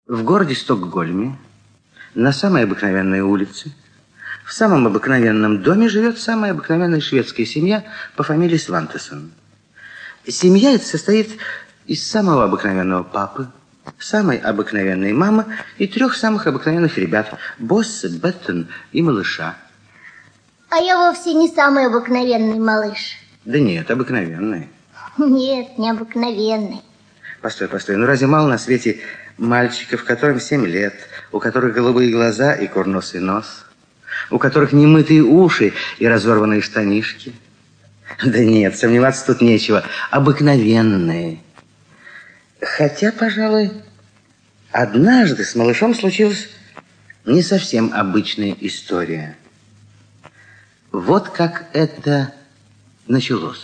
В городе Стокгольме, на самой обыкновенной улице, в самом обыкновенном доме живет самая обыкновенная шведская семья по фамилии Свантесон. Семья эта состоит из самого обыкновенного папы, самой обыкновенной мамы и 3 самых обыкновенных ребят – Боссе, Беттен и малыша. А я вовсе не самый обыкновенный малыш. Да нет, обыкновенный. Нет, не обыкновенный. Постой, ну разве мало на свете мальчиков, которым 7 лет, у которых голубые глаза и курносый нос, у которых немытые уши и разорванные штанишки? Да нет, сомневаться тут нечего. Обыкновенные. Хотя, пожалуй, однажды с малышом случилась не совсем обычная история. Вот как это началось.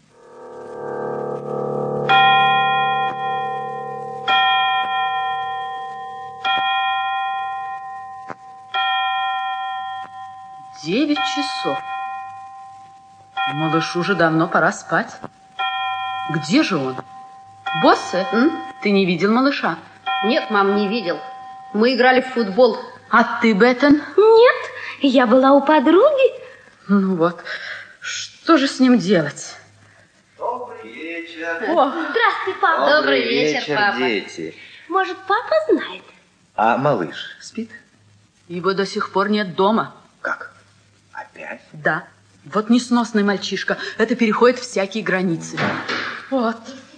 Девять часов. Малышу уже давно пора спать. Где же он? Боссе, ты не видел малыша? Нет, мам, не видел. Мы играли в футбол. А ты, Беттен? Нет, я была у подруги. Ну вот, что же с ним делать? Добрый вечер. О, Здравствуй, папа. Добрый вечер, папа. Дети. Может, папа знает? А малыш спит? его до сих пор нет дома. Как? Опять? Да, вот несносный мальчишка. Это переходит всякие границы. Вот.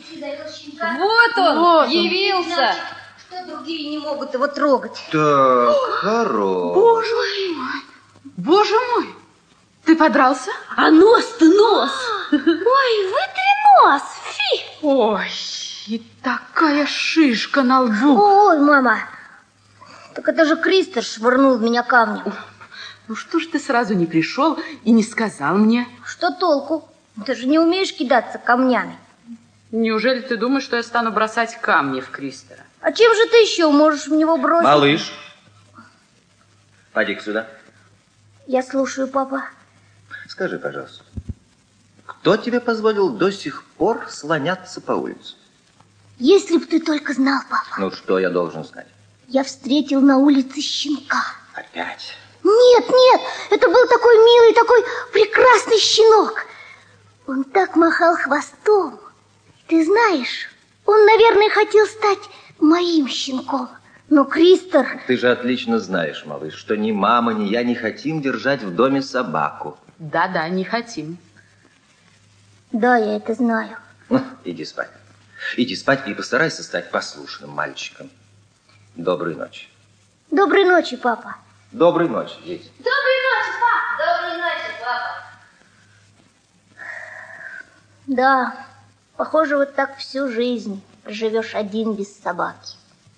Вот он, Вот он. явился. Что другие не могут его трогать? Так, хорош. Боже мой! Боже мой! Ты подрался? А нос-то нос. Ой, вытри нос, фи! Ой, и такая шишка на лбу. Ой, мама, так это же Кристер швырнул в меня камнем. Ну что ж ты сразу не пришел и не сказал мне? Что толку? Ты же не умеешь кидаться камнями. Неужели ты думаешь, что я стану бросать камни в Кристера? А чем же ты еще можешь в него бросить? Малыш, поди-ка сюда. Я слушаю, папа. Скажи, пожалуйста, кто тебе позволил до сих пор слоняться по улице? Если б ты только знал, папа. Ну, что я должен знать? Я встретил на улице щенка. Опять? Нет, это был такой милый, такой прекрасный щенок. Он так махал хвостом. Ты знаешь, он, наверное, хотел стать моим щенком. Но Кристер... Ты же отлично знаешь, малыш, что ни мама, ни я не хотим держать в доме собаку. Да, не хотим. Да, я это знаю. Ну, иди спать. Иди спать и постарайся стать послушным мальчиком. Доброй ночи. Доброй ночи, папа. Доброй ночи, дети. Доброй ночи, папа. Доброй ночи, папа. Да, похоже, вот так всю жизнь живешь один без собаки.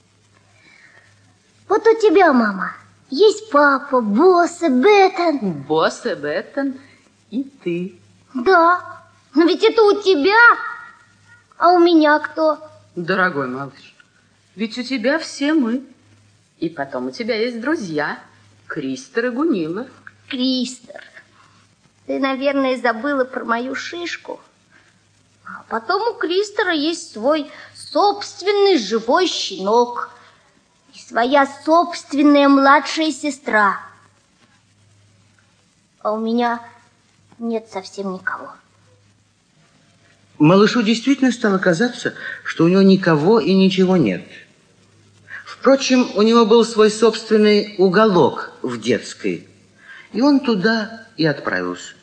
Вот у тебя, мама, есть папа, Боссе, Беттен. Боссе, Беттен и ты. Да, но ведь это у тебя. А у меня кто? Дорогой малыш, ведь у тебя все мы. И потом у тебя есть друзья. Кристер и Гунила. Кристер, ты, наверное, забыла про мою шишку. А потом у Кристера есть свой собственный живой щенок и своя собственная младшая сестра. А у меня нет совсем никого. Малышу действительно стало казаться, что у него никого и ничего нет. Впрочем, у него был свой собственный уголок в детской, и он туда и отправился.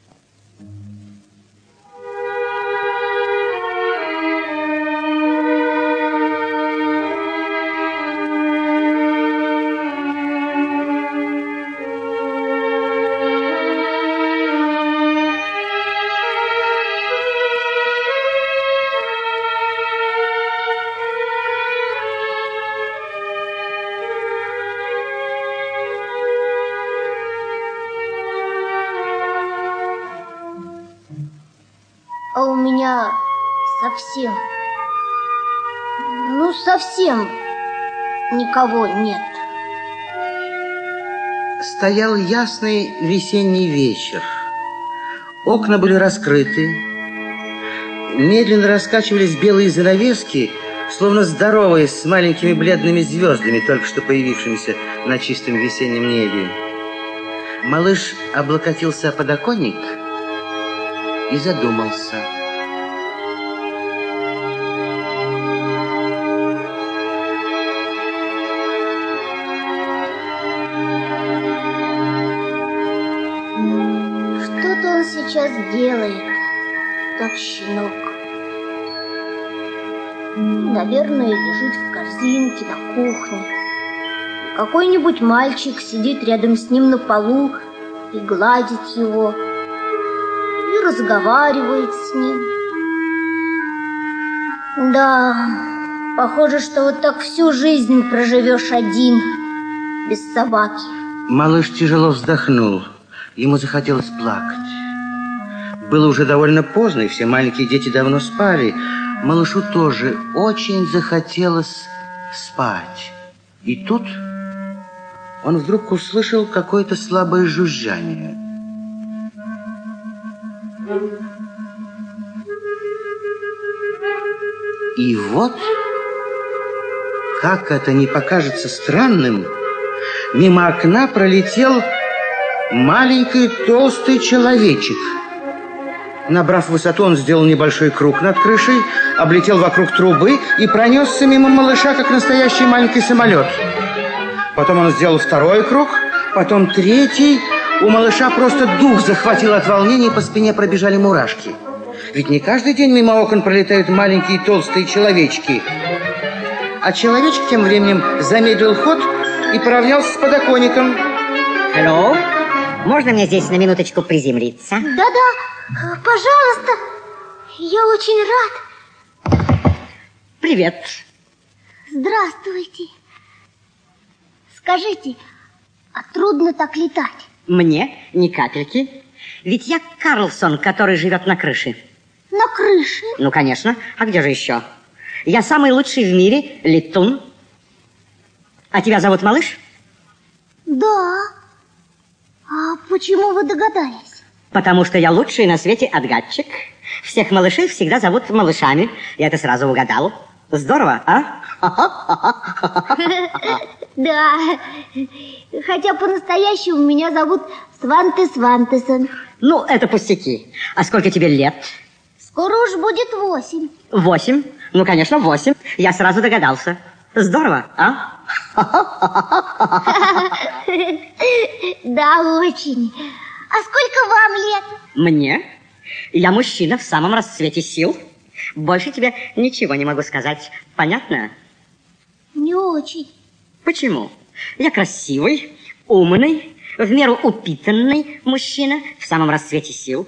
А у меня совсем никого нет. Стоял ясный весенний вечер. Окна были раскрыты. Медленно раскачивались белые занавески словно здороваясь с маленькими бледными звездами, только что появившимися на чистом весеннем небе. Малыш облокотился о подоконник и задумался. Что-то он сейчас делает, как щенок. Наверное, лежит в корзинке на кухне. Какой-нибудь мальчик сидит рядом с ним на полу и гладит его, и разговаривает с ним. Да, похоже, что вот так всю жизнь проживешь один, без собаки. Малыш тяжело вздохнул. Ему захотелось плакать. Было уже довольно поздно, и все маленькие дети давно спали. Малышу тоже очень захотелось спать. И тут он вдруг услышал какое-то слабое жужжание. И вот, как это не покажется странным, мимо окна пролетел маленький толстый человечек. Набрав высоту, он сделал небольшой круг над крышей, облетел вокруг трубы и пронесся мимо малыша, как настоящий маленький самолет. Потом он сделал второй круг, потом третий. У малыша просто дух захватил от волнения, и по спине пробежали мурашки. Ведь не каждый день мимо окон пролетают маленькие толстые человечки. А человечек тем временем замедлил ход и поравнялся с подоконником. Алло, можно мне здесь на минуточку приземлиться? Да-да, пожалуйста, я очень рад. Привет. Здравствуйте. Скажите, а трудно так летать? Мне ни капельки. Ведь я Карлсон, который живет на крыше. На крыше? Ну, конечно. А где же еще? Я самый лучший в мире летун. А тебя зовут малыш? Да. А почему вы догадались? Потому что я лучший на свете отгадчик. Всех малышей всегда зовут малышами. Я это сразу угадал. Здорово, а? Да. Хотя по-настоящему меня зовут Сванте Свантесон. Ну, это пустяки. А сколько тебе лет? Скоро уж будет 8. 8? Ну, конечно, 8. Я сразу догадался. Здорово, а? Да, очень. А сколько вам лет? Мне? Я мужчина в самом расцвете сил. Больше тебе ничего не могу сказать. Понятно? Не очень. Почему? Я красивый, умный, в меру упитанный мужчина в самом расцвете сил.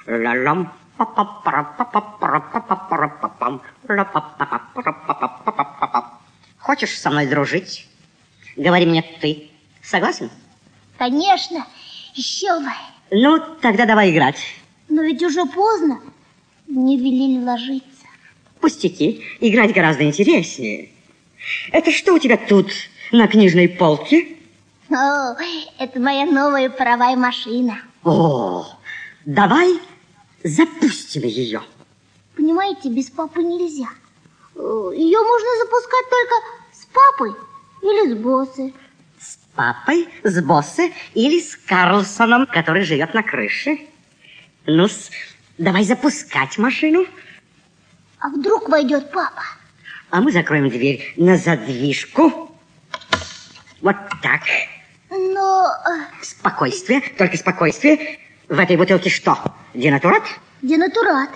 Хочешь со мной дружить? Говори мне ты. Согласен? Конечно. Еще бы. Ну, тогда давай играть. Но ведь уже поздно. Мне велели ложиться. Пустяки. Играть гораздо интереснее. Это что у тебя тут на книжной полке? О, это моя новая паровая машина. О, давай запустим ее. Понимаете, без папы нельзя. Ее можно запускать только с папой или с боссом. С папой, с боссом или с Карлсоном, который живет на крыше. Ну-с, давай запускать машину. А вдруг войдет папа? А мы закроем дверь на задвижку. Вот так. Но... Спокойствие, только спокойствие. В этой бутылке что? Денатурат? Денатурат.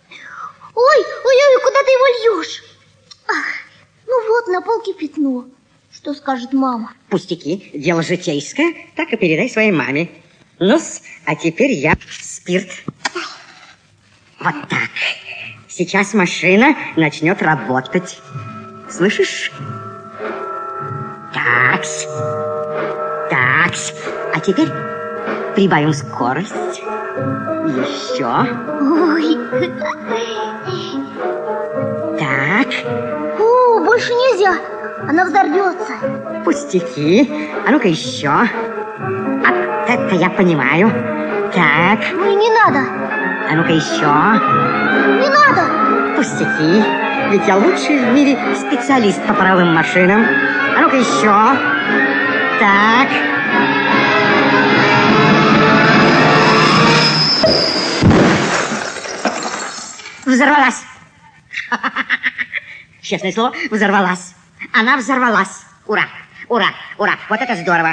Ой, куда ты его льешь? Ах, ну вот, на полке пятно. Что скажет мама? Пустяки, дело житейское. Так и передай своей маме. Ну-с, а теперь я спирт. Вот так. Сейчас машина начнет работать. Слышишь? Такс. Такс. А теперь прибавим скорость. Еще. Ой. Так. О, больше нельзя. Она взорвется. Пустяки. А ну-ка еще. А это я понимаю. Так. Ну и не надо. А ну-ка еще. Не надо. Пустяки. Ведь я лучший в мире специалист по паровым машинам. А ну-ка еще. Так. Взорвалась. Честное слово, взорвалась. Она взорвалась. Ура, ура, ура. Вот это здорово.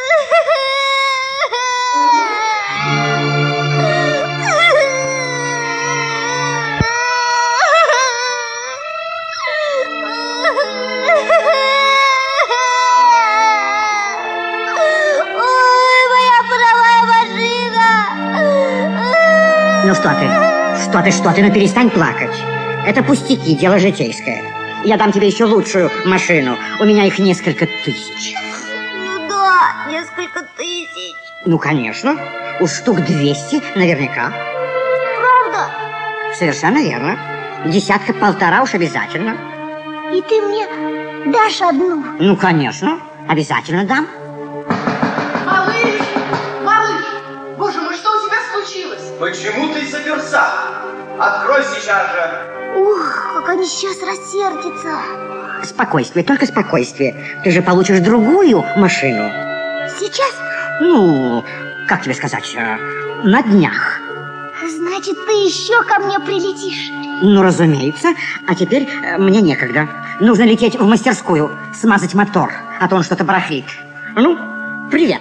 Ну что ты, ну перестань плакать. Это пустяки, дело житейское. Я дам тебе еще лучшую машину. У меня их несколько тысяч. Ну да, несколько тысяч. Ну, конечно. Уж штук 200 наверняка. Правда? Совершенно верно. Десятка-полтора уж обязательно. И ты мне дашь одну? Ну, конечно. Обязательно дам. Малыш! Малыш! Боже мой, что у тебя случилось? Почему ты заперся? Открой сейчас же. Ух, как они сейчас рассердятся. Спокойствие, только спокойствие. Ты же получишь другую машину. Сейчас? Ну, как тебе сказать, на днях. Значит, ты еще ко мне прилетишь? Ну, разумеется. А теперь мне некогда. Нужно лететь в мастерскую, смазать мотор, а то он что-то барахлит. Ну, привет.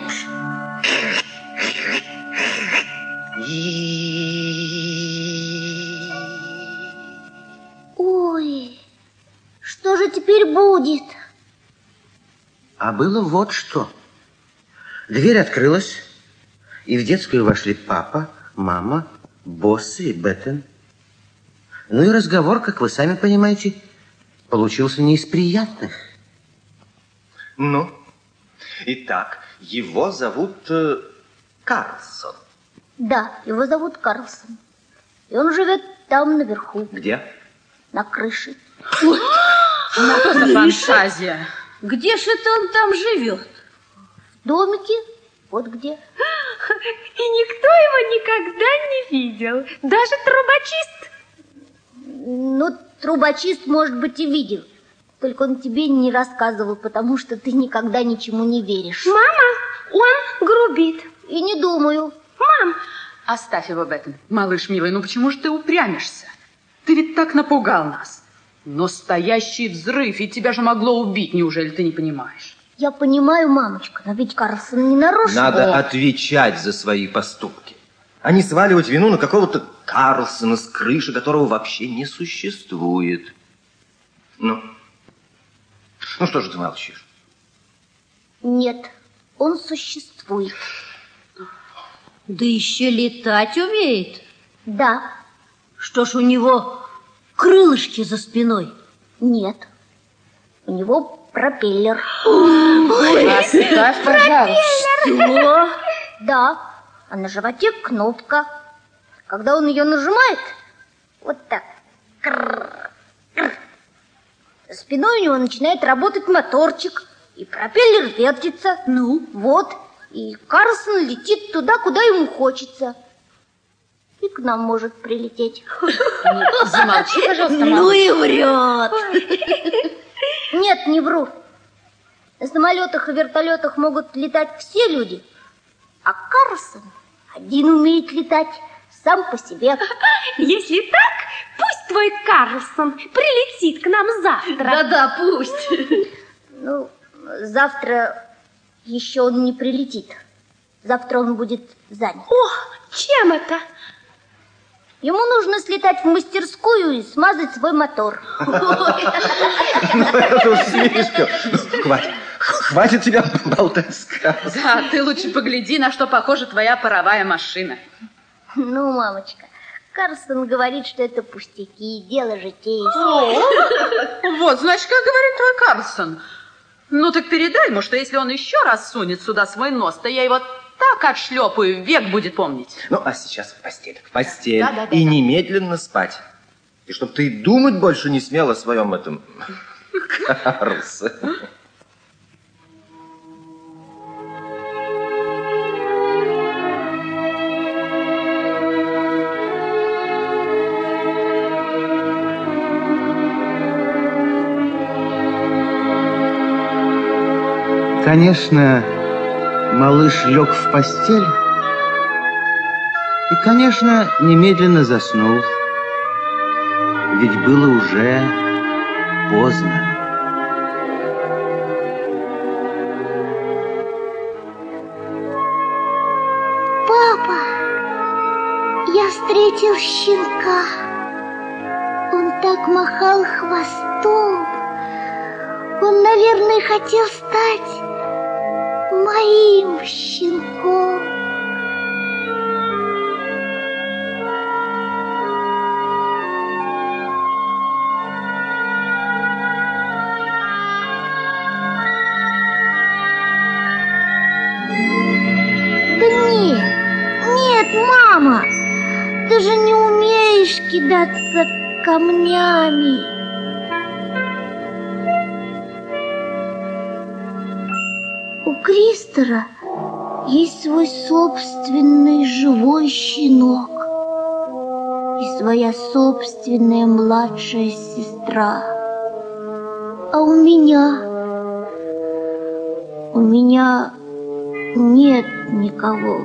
Ой, что же теперь будет? А было вот что. Дверь открылась, и в детскую вошли папа, мама, Боссы и Беттен. Ну и разговор, как вы сами понимаете, получился не из приятных. Ну, итак, его зовут Карлсон. Да, его зовут Карлсон. И он живет там наверху, Где? на крыше. Что за фантазия? Где же это он там живет? В домике, вот где. И никто его никогда не видел. Даже трубочист. Ну, трубочист, может быть, и видел. Только он тебе не рассказывал, потому что ты никогда ничему не веришь. Мама, он грубит. И не думаю. Мам, Оставь его, Беттен. Малыш милый, ну почему же ты упрямишься? Ты ведь так напугал нас. Настоящий взрыв, и тебя же могло убить, неужели ты не понимаешь? Я понимаю, мамочка, но ведь Карлсон не нарочно. Надо отвечать за свои поступки, а не сваливать вину на какого-то Карлсона с крыши, которого вообще не существует. Ну что же ты молчишь? Нет, он существует. Да еще летать умеет. Да, Что ж у него крылышки за спиной? нет. У него пропеллер. Оставь, пожалуйста. Что? Да, а на животе кнопка. Когда он ее нажимает, вот так, за спиной у него начинает работать моторчик, и пропеллер вертится. Ну? Вот, и Карлсон летит туда, куда ему хочется. И к нам может прилететь. Замолчи, пожалуйста, Ну малыш. и врет. Нет, не вру. На самолетах и вертолетах могут летать все люди, а Карлсон один умеет летать сам по себе. если так, пусть твой Карлсон прилетит к нам завтра. Да-да, пусть. Ну, завтра еще он не прилетит. Завтра он будет занят. О, чем это? Ему нужно слетать в мастерскую и смазать свой мотор. Это уж слишком. Хватит тебя болтать сказки. Да, ты лучше погляди, на что похожа твоя паровая машина. Ну, мамочка, Карлсон говорит, что это пустяки, дело житейское. Вот, значит, как говорит твой Карлсон. Ну так передай ему, что если он еще раз сунет сюда свой нос, то я его так отшлепаю, век будет помнить. Ну, а сейчас в постель. В постель. Да. И немедленно спать. И чтоб ты думать больше не смел о своем этом Карлсе. Конечно, малыш лег в постель и, конечно, немедленно заснул. Ведь было уже поздно. Папа, я встретил щенка. Он так махал хвостом. Он, наверное, хотел стать моим щенком. Да нет, мама, ты же не умеешь кидаться камнями. У Кристера есть свой собственный живой щенок и своя собственная младшая сестра. А у меня нет никого.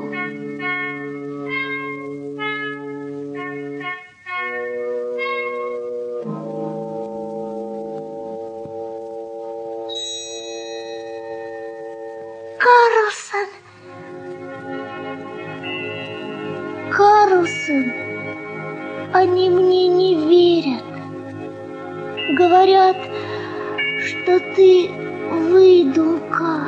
Карлсон, они мне не верят. Говорят, что ты выдумка.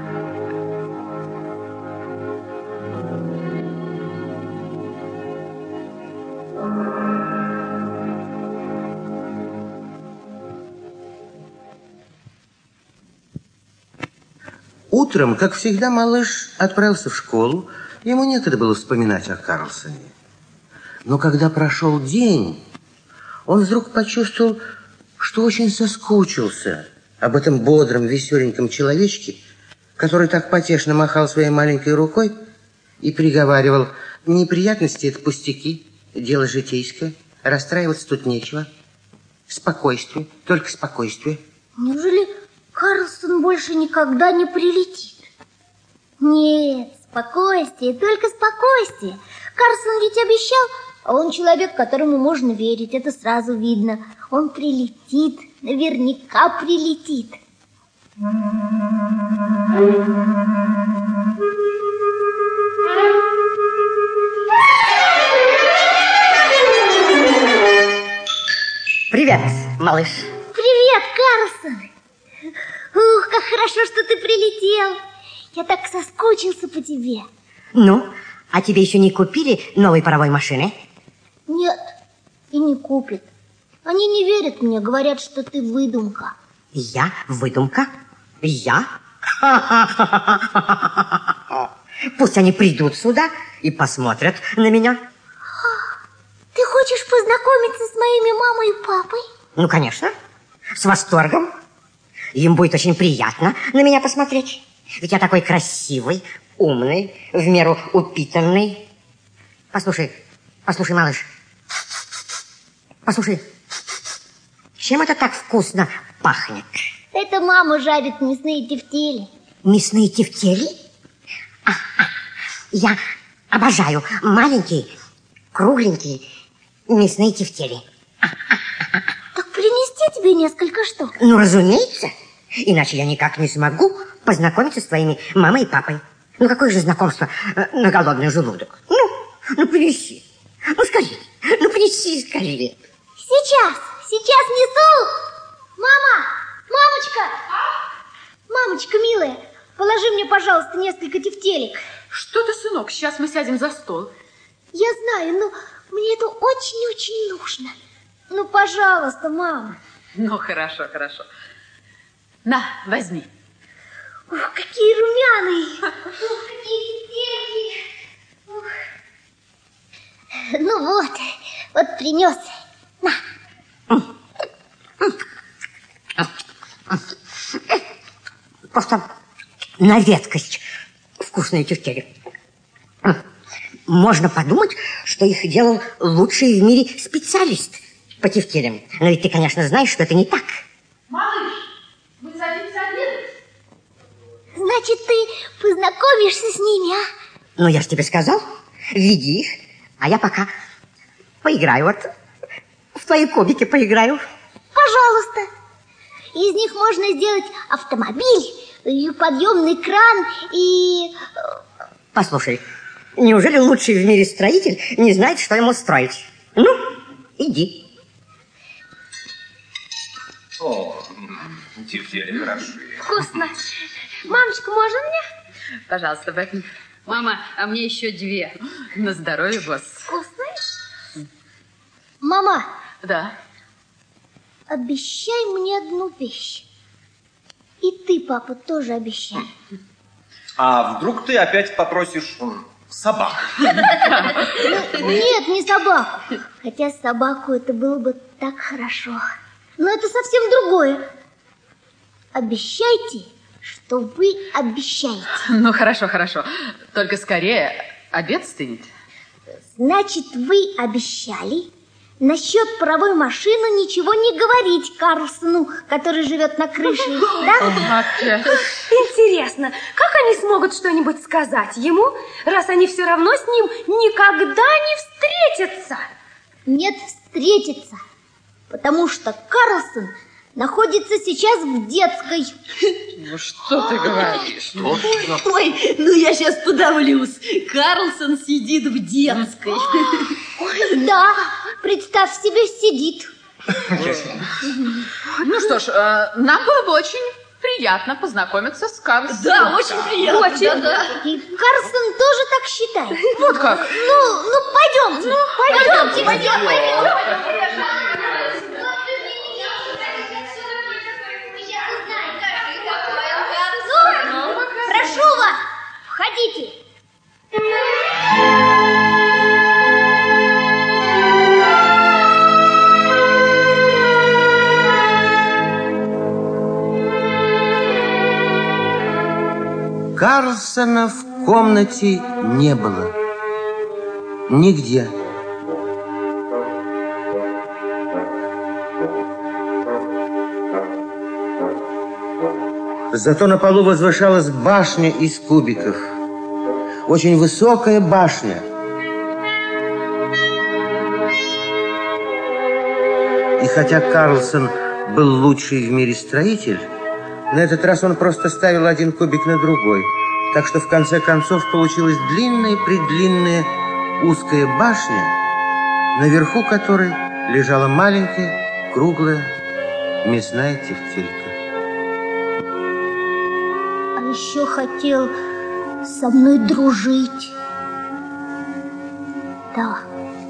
Утром, как всегда, малыш отправился в школу. Ему некогда было вспоминать о Карлсоне. Но когда прошел день, он вдруг почувствовал, что очень соскучился об этом бодром, веселеньком человечке, который так потешно махал своей маленькой рукой и приговаривал: неприятности — это пустяки, дело житейское, расстраиваться тут нечего. Спокойствие, только спокойствие. Неужели Карлсон больше никогда не прилетит? Нет, спокойствие, только спокойствие. Карлсон ведь обещал, а он человек, которому можно верить, это сразу видно. Он прилетит, наверняка прилетит. Привет, малыш. Привет, Карлсон. Ух, как хорошо, что ты прилетел. Я так соскучился по тебе. Ну, а тебе еще не купили новой паровой машины? Нет, и не купят. Они не верят мне, говорят, что ты выдумка. Я выдумка? Я? Пусть они придут сюда и посмотрят на меня. Ты хочешь познакомиться с моими мамой и папой? Ну, конечно, с восторгом. Им будет очень приятно на меня посмотреть. Ведь я такой красивый, умный, в меру упитанный. Послушай, малыш. Послушай, чем это так вкусно пахнет? Это мама жарит мясные тефтели. Мясные тефтели? Я обожаю маленькие, кругленькие мясные тефтели. Так принести тебе несколько штук? Ну, разумеется. Иначе я никак не смогу познакомиться с твоими мамой и папой. Ну, какое же знакомство на голодный желудок? Ну, принеси. Ну, скорее. Ну, принеси скорее. Сейчас несу. Мама, мамочка. Мамочка, милая, положи мне, пожалуйста, несколько тефтелек. Что ты, сынок, сейчас мы сядем за стол. Я знаю, но мне это очень-очень нужно. Ну, пожалуйста, мама. Ну, хорошо. На, возьми. Ух, какие румяные. Ух, какие тефтельки. Ух. Ну вот принес. На. Просто на редкость вкусные тефтели. Можно подумать, что их делал лучший в мире специалист по тефтелям. Но ведь ты, конечно, знаешь, что это не так. Малыш, мы садимся обедать. Значит, ты познакомишься с ними, а? Ну, я же тебе сказал, веди их, а я пока поиграю вот, в твои кубики поиграю. Пожалуйста. Из них можно сделать автомобиль, и подъемный кран, и... Послушай, неужели лучший в мире строитель не знает, что ему строить? Ну, иди. О, девчонки хороши. Вкусно. Мамочка, можно мне? Пожалуйста, Бэкон. Мама, а мне еще 2. На здоровье, босс. Вкусные? Мама. Да. Обещай мне одну вещь. И ты, папа, тоже обещай. А вдруг ты опять попросишь собаку? Нет, не собаку. Хотя собаку это было бы так хорошо. Но это совсем другое. Обещайте, что вы обещаете. Ну, хорошо, хорошо. Только скорее, обед стынет. Значит, вы обещали насчет паровой машины ничего не говорить Карлсону, который живет на крыше, да? Опять. Интересно, как они смогут что-нибудь сказать ему, раз они все равно с ним никогда не встретятся? Нет, встретятся, потому что Карлсон находится сейчас в детской. Ну, что ты говоришь? Ой, ну я сейчас подавлюсь. Карлсон сидит в детской. Да, представь себе, сидит. Ну что ж, нам было бы очень приятно познакомиться с Карлсоном. Да, очень приятно. Очень. Да. И Карлсон тоже так считает. Вот как? Ну, пойдемте. Пойдем. Прошу вас, входите. Карлсона в комнате не было. Нигде. Зато на полу возвышалась башня из кубиков. Очень высокая башня. И хотя Карлсон был лучший в мире строитель, на этот раз он просто ставил один кубик на другой. Так что в конце концов получилась длинная-предлинная узкая башня, наверху которой лежала маленькая, круглая, мясная тефтелька. А еще хотел со мной дружить. Да.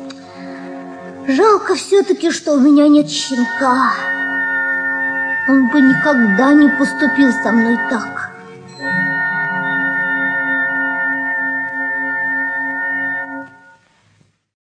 Жалко все-таки, что у меня нет щенка. Он бы никогда не поступил со мной так.